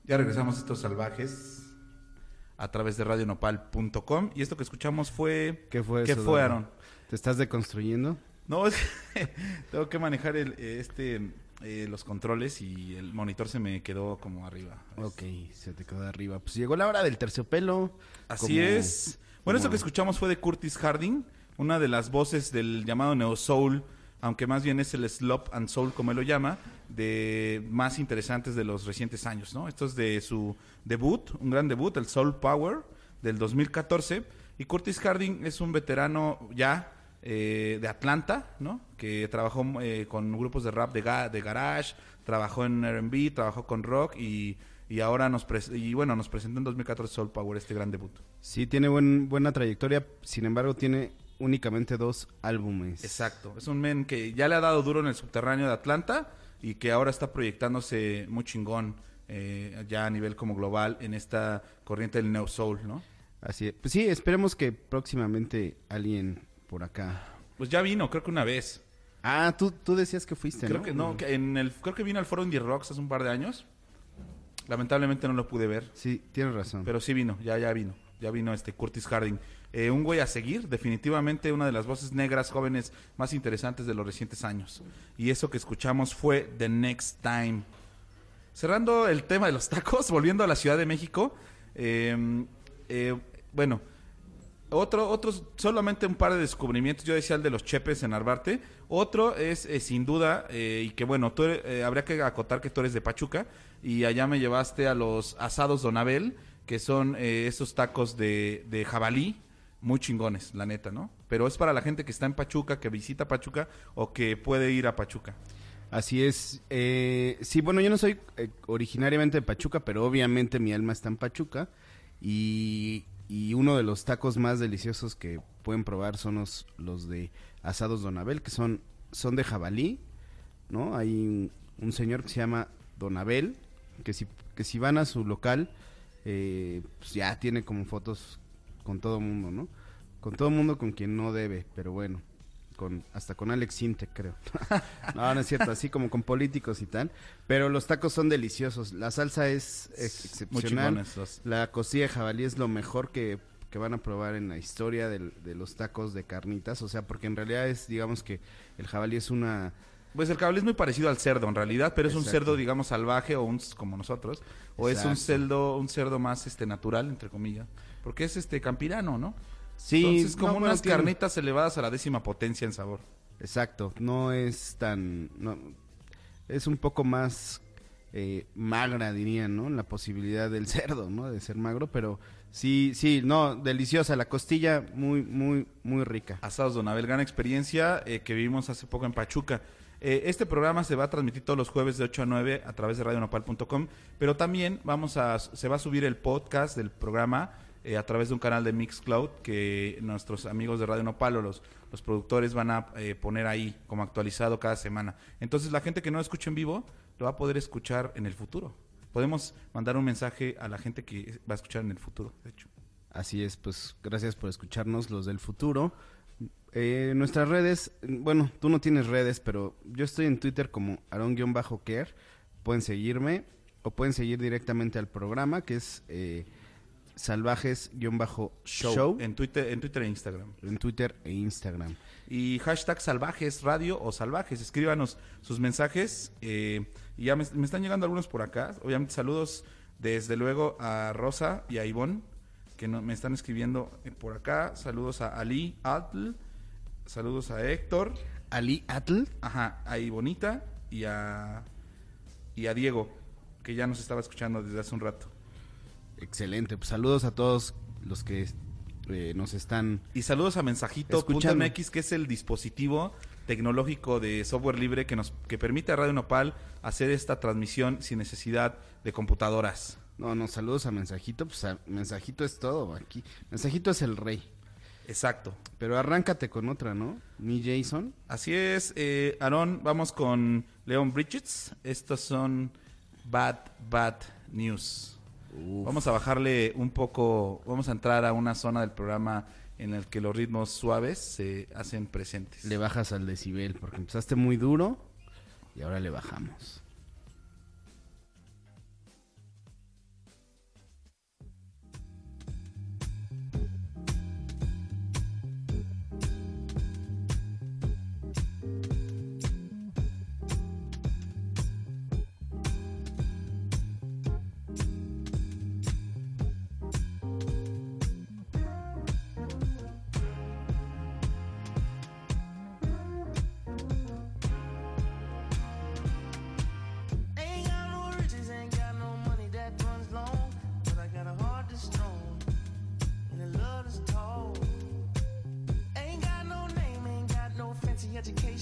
Ya regresamos a estos salvajes a través de radionopal.com. Y esto que escuchamos fue... ¿Qué fue ¿Qué eso, fue, Dora? Aaron? ¿Te estás deconstruyendo? No, es que tengo que manejar los controles y el monitor se me quedó como arriba. Ok, se te quedó arriba. Pues llegó la hora del terciopelo. Así Como- es. Bueno, esto como- que escuchamos fue de Curtis Harding, una de las voces del llamado Neo Soul, aunque más bien es el Slop and Soul, como él lo llama, de más interesantes de los recientes años, ¿no? Esto es de su debut, un gran debut, el Soul Power, del 2014. Y Curtis Harding es un veterano ya de Atlanta, ¿no? Que trabajó con grupos de rap de garage, trabajó en R&B, trabajó con rock y ahora nos presentó en 2014 Soul Power, este gran debut. Sí, tiene buena trayectoria, sin embargo tiene únicamente 2 álbumes. Exacto, es un men que ya le ha dado duro en el subterráneo de Atlanta y que ahora está proyectándose muy chingón ya a nivel como global en esta corriente del Neo Soul, ¿no? Así es. Pues sí, esperemos que próximamente alguien por acá. Pues ya vino, creo que una vez. Ah, tú decías que fuiste, Creo ¿no? que no, creo que vino al Foro Indie Rocks hace un par de años. Lamentablemente no lo pude ver, Sí, tienes razón. pero sí vino, ya vino Curtis Harding. Un güey a seguir, definitivamente una de las voces negras jóvenes más interesantes de los recientes años. Y eso que escuchamos fue The Next Time. Cerrando el tema de los tacos, volviendo a la Ciudad de México, bueno, otros, solamente un par de descubrimientos. Yo decía el de los chepes en Narvarte. Otro es sin duda, y que bueno, habría que acotar que tú eres de Pachuca, y allá me llevaste a los asados Don Abel, que son esos tacos de jabalí, muy chingones, la neta, ¿no? Pero es para la gente que está en Pachuca, que visita Pachuca, o que puede ir a Pachuca. Así es. Sí, bueno, yo no soy originariamente de Pachuca, pero obviamente mi alma está en Pachuca. Y uno de los tacos más deliciosos que pueden probar son los de asados Don Abel, que son de jabalí, ¿no? Hay un señor que se llama Don Abel, que si van a su local, pues ya tiene como fotos con todo mundo, ¿no? Con todo mundo con quien no debe, pero bueno. Hasta con Alex Sintek, creo. No es cierto, así como con políticos y tal. Pero los tacos son deliciosos. La salsa es Muy excepcional. chingones. La costilla de jabalí es lo mejor que van a probar en la historia de los tacos de carnitas. O sea, porque en realidad digamos que el jabalí es una... Pues el jabalí es muy parecido al cerdo en realidad, pero es un Exacto. cerdo, digamos, salvaje o como nosotros, o es Exacto. un cerdo más natural, entre comillas, porque es campirano, ¿no? Sí, Entonces, como no, bueno, unas tiene- carnitas elevadas a la 10ª potencia en sabor. Exacto, no es tan... es un poco más magra, dirían, ¿no? La posibilidad del cerdo, ¿no? De ser magro, pero sí, no, deliciosa. La costilla muy, muy, muy rica. Asados Don Abel, gran experiencia que vivimos hace poco en Pachuca. Este programa se va a transmitir todos los jueves de 8 a 9 a través de radionopal.com, pero también se va a subir el podcast del programa a través de un canal de Mixcloud que nuestros amigos de Radio Nopal o los productores van a poner ahí como actualizado cada semana. Entonces la gente que no escucha en vivo lo va a poder escuchar en el futuro. Podemos mandar un mensaje a la gente que va a escuchar en el futuro, de hecho. Así es, pues gracias por escucharnos, los del futuro. Nuestras redes, bueno, tú no tienes redes, pero yo estoy en Twitter como Aaron-Care. Pueden seguirme o pueden seguir directamente al programa, que es Salvajes-Show En Twitter e Instagram. en Twitter e Instagram. Y hashtag Salvajes Radio o Salvajes. Escríbanos sus mensajes. Y ya me están llegando algunos por acá. Obviamente saludos desde luego a Rosa y a Ivonne, que me están escribiendo por acá. Saludos a Ali Atl. Saludos a Héctor. Ali Atl. Ajá, a Ivonita y a Diego, que ya nos estaba escuchando desde hace un rato. Excelente, pues saludos a todos los que nos están... Y saludos a Escuchando. Mensajito.mx, que es el dispositivo tecnológico de software libre que permite a Radio Nopal hacer esta transmisión sin necesidad de computadoras. No, saludos a Mensajito, pues Mensajito es todo aquí. Mensajito es el rey. Exacto. Pero arráncate con otra, ¿no? Mi Jason. Así es, Aarón, vamos con Leon Bridges. Estos son Bad News. Uf. Vamos a bajarle un poco, vamos a entrar a una zona del programa en el que los ritmos suaves se hacen presentes. Le bajas al decibel porque empezaste muy duro y ahora le bajamos.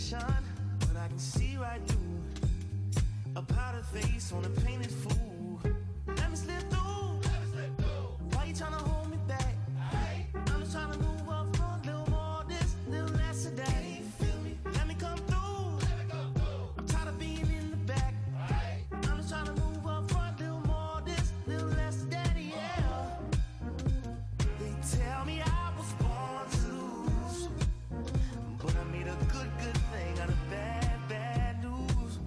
explanation, but I can see right through a powdered face on a painted fool. Let me slip through. Why you tryna hold me back? I'm just tryna move up front, little more this, little less of that. Feel me? Let me come through. I'm tired of being in the back. I'm just tryna move up front, little more this, little less of that, yeah. They tell me I was born to lose, but I made a good thing out of bad news.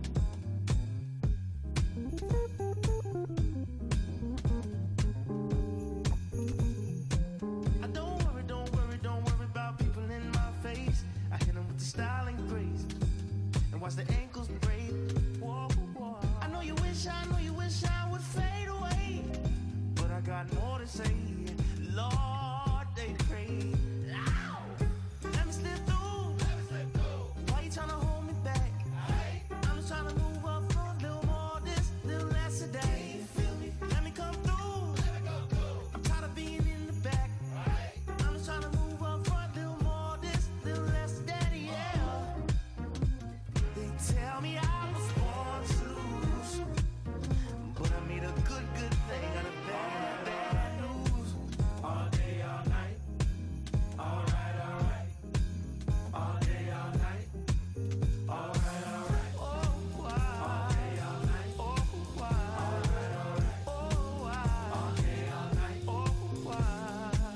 I don't worry about people in my face. I hit them with the style and grace, and watch the ankles break. Whoa, whoa. I know you wish I would fade away, but I got more to say. Lord, they pray. Ow! Let me slip through. Why you tryna hold me back? I'm just tryna move up front, little more this, little less of that. Feel me? Let me come through. I'm tired of being in the back. I'm just tryna move up front, little more this, little less of that, yeah. They tell me I was born to lose, but I made a good thing out of bad news. All day, all night. All right, all right. All day, all night. All right, all right. Oh, why? All day, all night. Oh, why? All right, all right. Oh, why? All day, all night. Oh, why?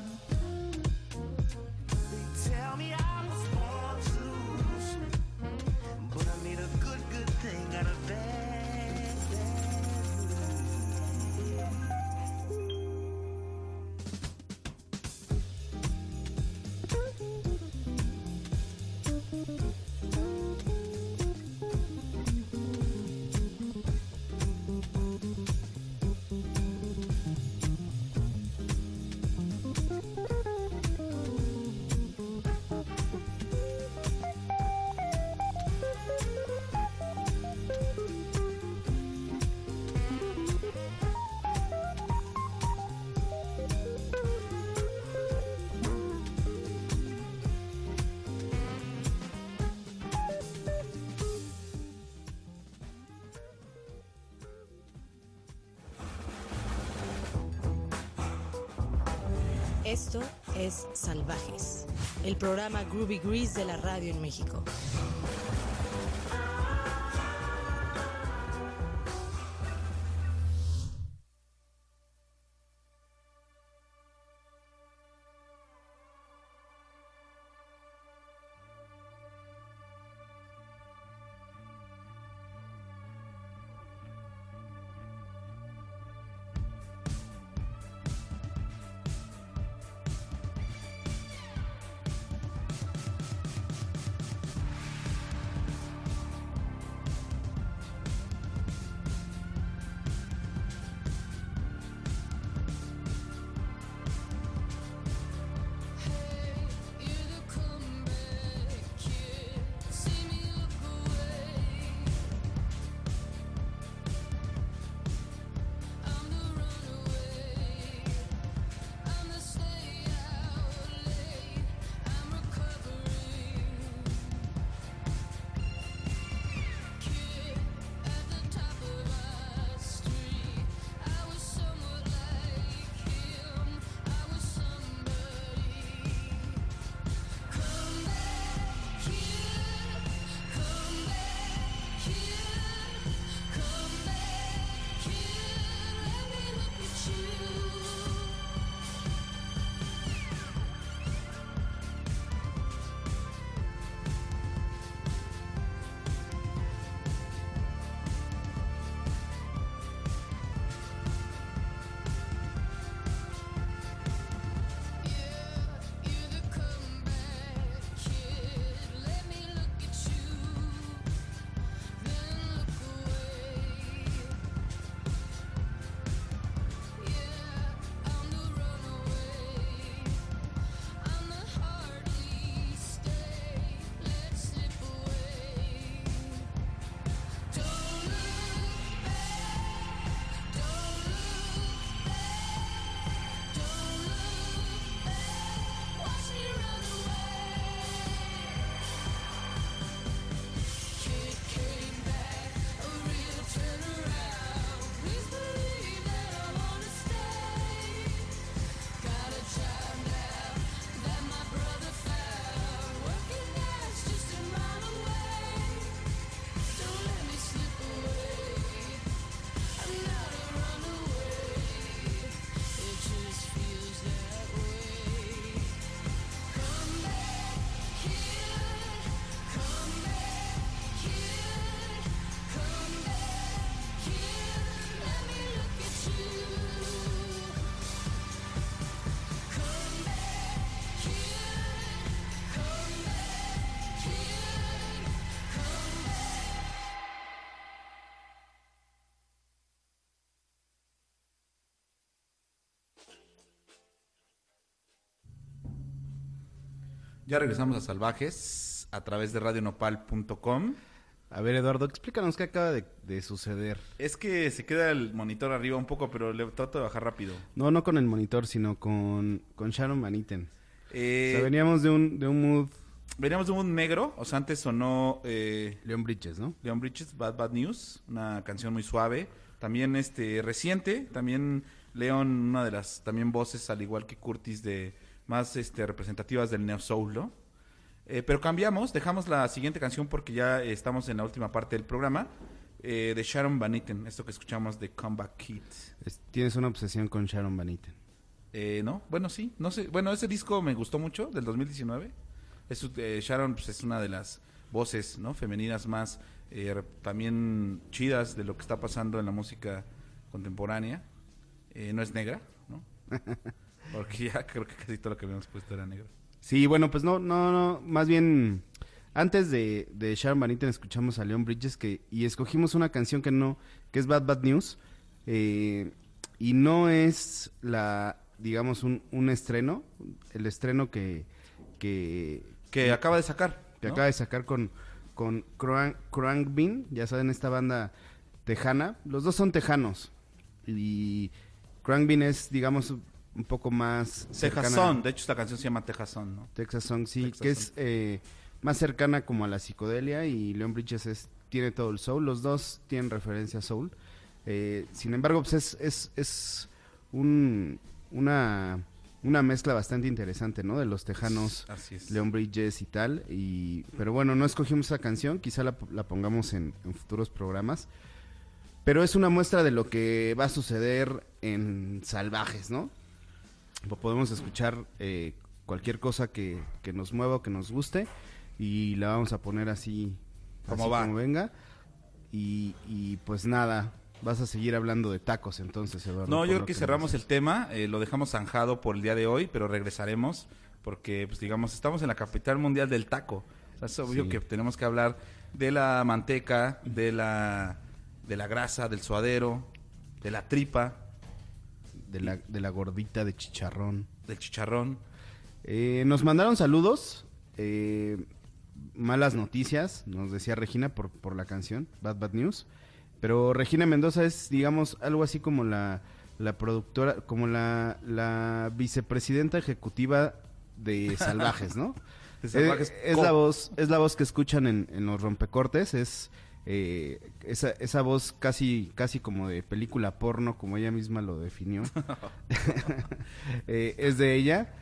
They tell me I was born to lose, but I made a good thing out of bad news. Esto es Salvajes, el programa Groovy Grease de la radio en México. Ya regresamos a Salvajes a través de radionopal.com. A ver, Eduardo, explícanos qué acaba de suceder. Es que se queda el monitor arriba un poco, pero le trato de bajar rápido. No con el monitor, sino con Sharon Van Etten. O Eh, sea, veníamos de un mood Veníamos de un negro, o sea, antes sonó Leon Bridges, ¿no? Leon Bridges, Bad Bad News, una canción muy suave. También reciente, también Leon, una de las también voces, al igual que Curtis, de más representativas del Neo Soul, ¿no? Pero cambiamos, dejamos la siguiente canción porque ya estamos en la última parte del programa, de Sharon Van Etten, esto que escuchamos de Comeback Kid. Tienes una obsesión con Sharon Van Etten. ¿No? Bueno, sí, no sé. Bueno, ese disco me gustó mucho, del 2019. Sharon pues, es una de las voces, ¿no? Femeninas más también chidas de lo que está pasando en la música contemporánea. No es negra, ¿no? Porque ya creo que casi todo lo que habíamos puesto era negro. Sí, bueno, pues no, más bien antes de Sharon Van Etten escuchamos a Leon Bridges y escogimos una canción que es Bad Bad News, y no es digamos un estreno, el estreno que acaba de sacar, ¿no? acaba de sacar con Khruangbin, ya saben, esta banda tejana. Los dos son tejanos y Khruangbin es, digamos, un poco más Texas Sun, de hecho esta canción se llama Texas Sun, ¿no? Texas Sun, sí, Texas que Sun. es más cercana como a la psicodelia, y Leon Bridges tiene todo el soul. Los dos tienen referencia a soul. Sin embargo, pues es una mezcla bastante interesante, ¿no? De los tejanos, Así es. Leon Bridges y tal. Pero bueno, no escogimos esa canción, quizá la pongamos en futuros programas. Pero es una muestra de lo que va a suceder en Salvajes, ¿no? Podemos escuchar cualquier cosa que nos mueva o que nos guste, y la vamos a poner así Como va. como venga. Y pues nada, vas a seguir hablando de tacos entonces, Eduardo. No, por yo lo creo que nos cerramos dices. el tema, lo dejamos zanjado por el día de hoy, pero regresaremos porque, pues digamos, estamos en la capital mundial del taco. O sea, es obvio Sí. que tenemos que hablar de la manteca, de la grasa, del suadero, de la tripa, De la gordita de chicharrón. del chicharrón. Nos mandaron saludos, malas noticias, nos decía Regina por la canción, Bad Bad News. Pero Regina Mendoza es, digamos, algo así como la productora, como la vicepresidenta ejecutiva de Salvajes, ¿no? De Salvajes Es Co. la voz que escuchan en los rompecortes, es esa voz casi como de película porno, como ella misma lo definió. Es de ella,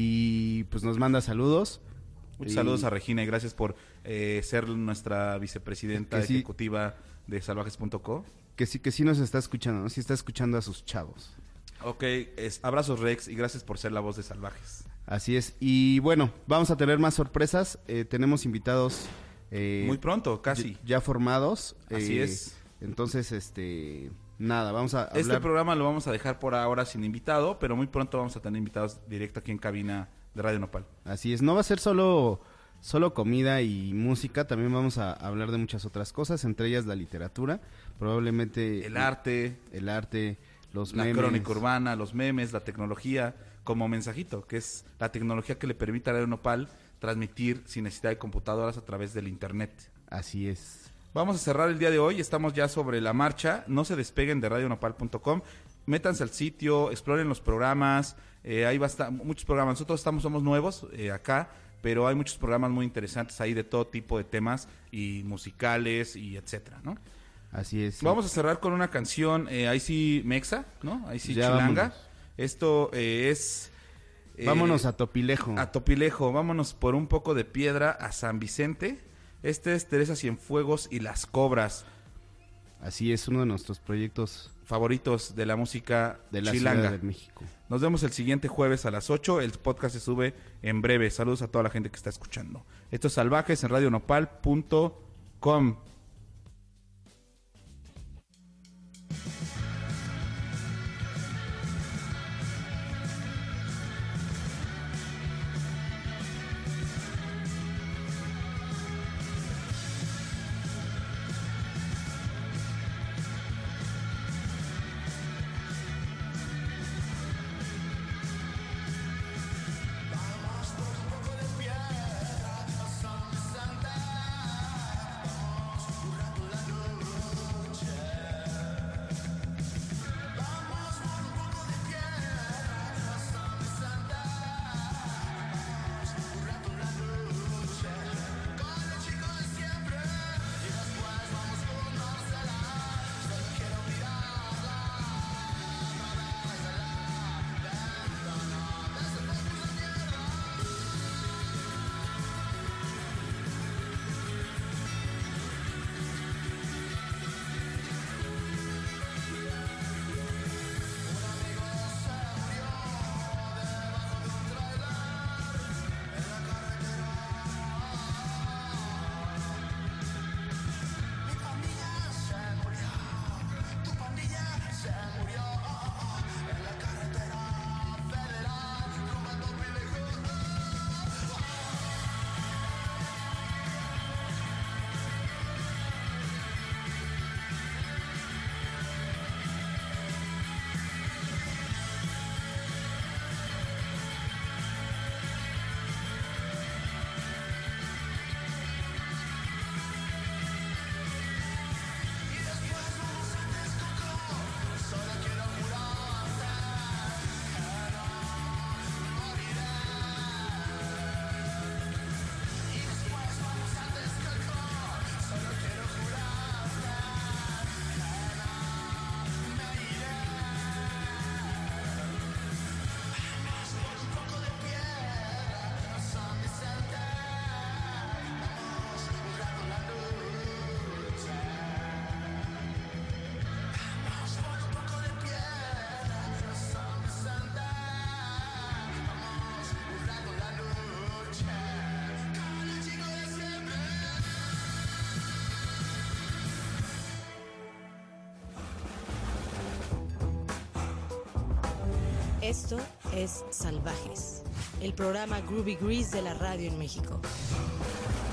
y pues nos manda saludos. Muchos Y- saludos a Regina y gracias por ser nuestra vicepresidenta Que sí. ejecutiva de salvajes.co. Que sí nos está escuchando, ¿no? Sí está escuchando a sus chavos. Ok, abrazos Rex y gracias por ser la voz de Salvajes. Así es. Y bueno, vamos a tener más sorpresas. Tenemos invitados Muy pronto, casi. ya formados. Así es. Entonces, nada, vamos a Este hablar. programa lo vamos a dejar por ahora sin invitado, pero muy pronto vamos a tener invitados directo aquí en cabina de Radio Nopal. Así es. No va a ser solo comida y música. También vamos a hablar de muchas otras cosas, entre ellas la literatura. Probablemente El arte, los la memes. crónica urbana, los memes, la tecnología, como mensajito, que es la tecnología que le permite a Radio Nopal transmitir sin necesidad de computadoras a través del internet. Así es. Vamos a cerrar el día de hoy, estamos ya sobre la marcha, no se despeguen de radionopal.com, métanse al sitio, exploren los programas, hay muchos programas, nosotros somos nuevos acá, pero hay muchos programas muy interesantes ahí de todo tipo de temas y musicales y etcétera, ¿no? Así es. Vamos a cerrar con una canción, ahí sí mexa, ¿no? Ahí sí Ya chilanga. vámonos. Esto es... Vámonos a Topilejo. A Topilejo, vámonos por un poco de piedra a San Vicente. Este es Teresa Cienfuegos y Las Cobras, Así es, uno de nuestros proyectos favoritos de la música de la chilanga. Ciudad de México. Nos vemos el siguiente jueves a las 8. El podcast se sube en breve. Saludos a toda la gente que está escuchando. Esto es Salvajes en radionopal.com. Vamos por un poco de piedra Esto es Salvajes, el programa Groovy Grease de la radio en México.